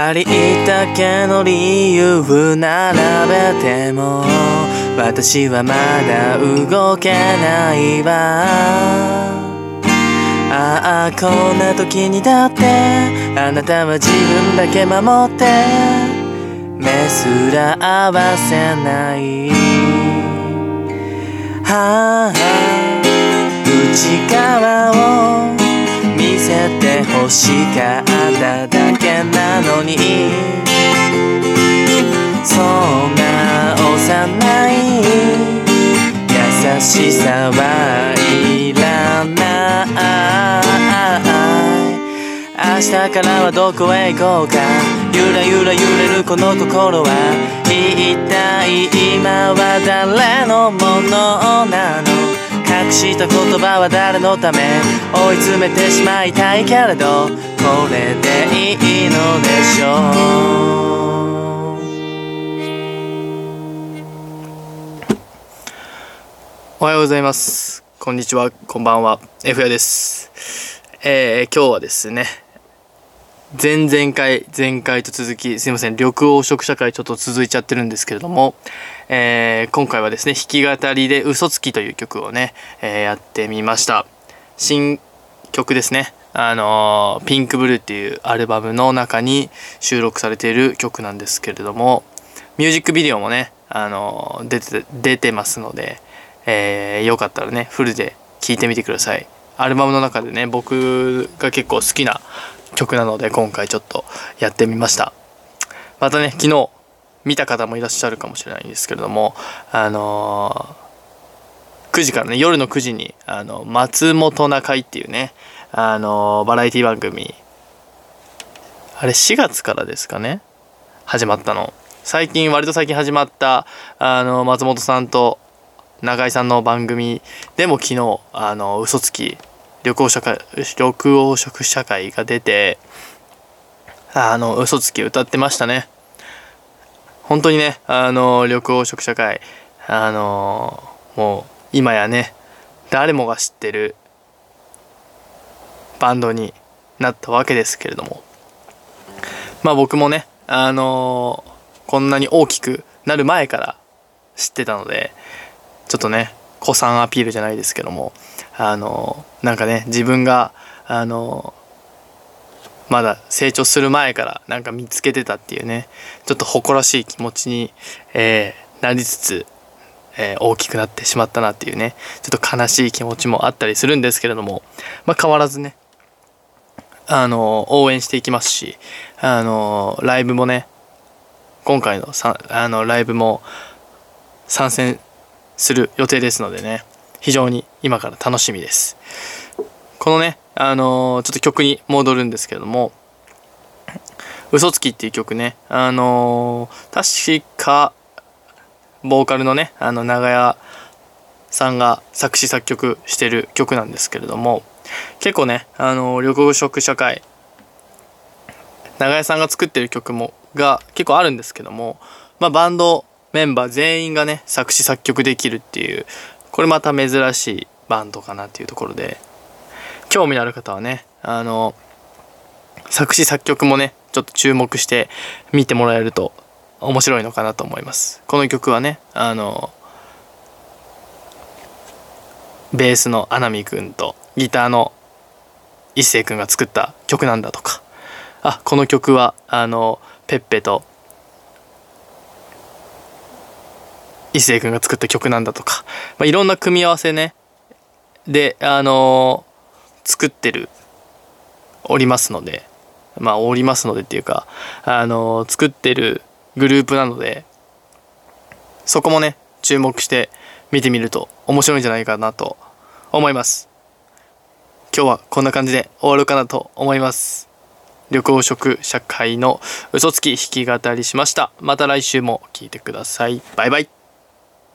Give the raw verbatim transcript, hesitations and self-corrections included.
ありったけの理由並べても私はまだ動けないわ。ああこんな時にだってあなたは自分だけ守って目すら合わせない。はあ内側を見せて欲しかっただけなのにそんな幼い優しさはいらない。明日からはどこへ行こうか。ゆらゆら揺れるこの心は一体今は誰のものなの。隠した言葉は誰のため追い詰めてしまいたいけれどこれでいいのでしょう。おはようございます、こんにちは、こんばんは、F やです。えー、今日はですね前々回前回と続きすいません緑黄色社会ちょっと続いちゃってるんですけれども、えー、今回はですね弾き語りで嘘つきという曲をね、えー、やってみました。新曲ですね。あのー、ピンクブルーっていうアルバムの中に収録されている曲なんですけれどもミュージックビデオもね、あのー、出て出てますので、えー、よかったらねフルで聴いてみてください。アルバムの中でね僕が結構好きな曲なので今回ちょっとやってみました。またね昨日見た方もいらっしゃるかもしれないんですけれどもあのー、くじからね夜のくじにあの松本中井っていうねあのー、バラエティ番組あれしがつからですかね始まったの。最近割と最近始まったあの松本さんと中井さんの番組でも昨日あの嘘つき緑黄社会緑黄色社会が出てあの嘘つき歌ってましたね。本当にねあの緑黄色社会あのもう今やね誰もが知ってるバンドになったわけですけれどもまあ僕もねあのこんなに大きくなる前から知ってたのでちょっとね古参アピールじゃないですけどもあのなんかね自分があのまだ成長する前からなんか見つけてたっていうねちょっと誇らしい気持ちに、えー、なりつつ、えー、大きくなってしまったなっていうねちょっと悲しい気持ちもあったりするんですけれどもまあ変わらずねあの応援していきますしあのライブもね今回のさあのライブも参戦する予定ですのでね非常に今から楽しみです。このねあのー、ちょっと曲に戻るんですけれども嘘つきっていう曲ねあのー、確かボーカルのねあの長屋さんが作詞作曲してる曲なんですけれども結構ねあのー、緑黄色社会長屋さんが作ってる曲もが結構あるんですけどもまあバンドメンバー全員がね作詞作曲できるっていうこれまた珍しいバンドかなっていうところで興味のある方はねあの作詞作曲もねちょっと注目して見てもらえると面白いのかなと思います。この曲はねあのベースの穴見くんとギターの一星くんが作った曲なんだとかあこの曲はあのペッペと一星くんが作った曲なんだとか、まあ、いろんな組み合わせねであのー、作ってるおりますのでまあおりますのでっていうかあのー、作ってるグループなのでそこもね注目して見てみると面白いんじゃないかなと思います。今日はこんな感じで終わるかなと思います。緑黄色社会の嘘つき弾き語りしました。また来週も聞いてください。バイバイ。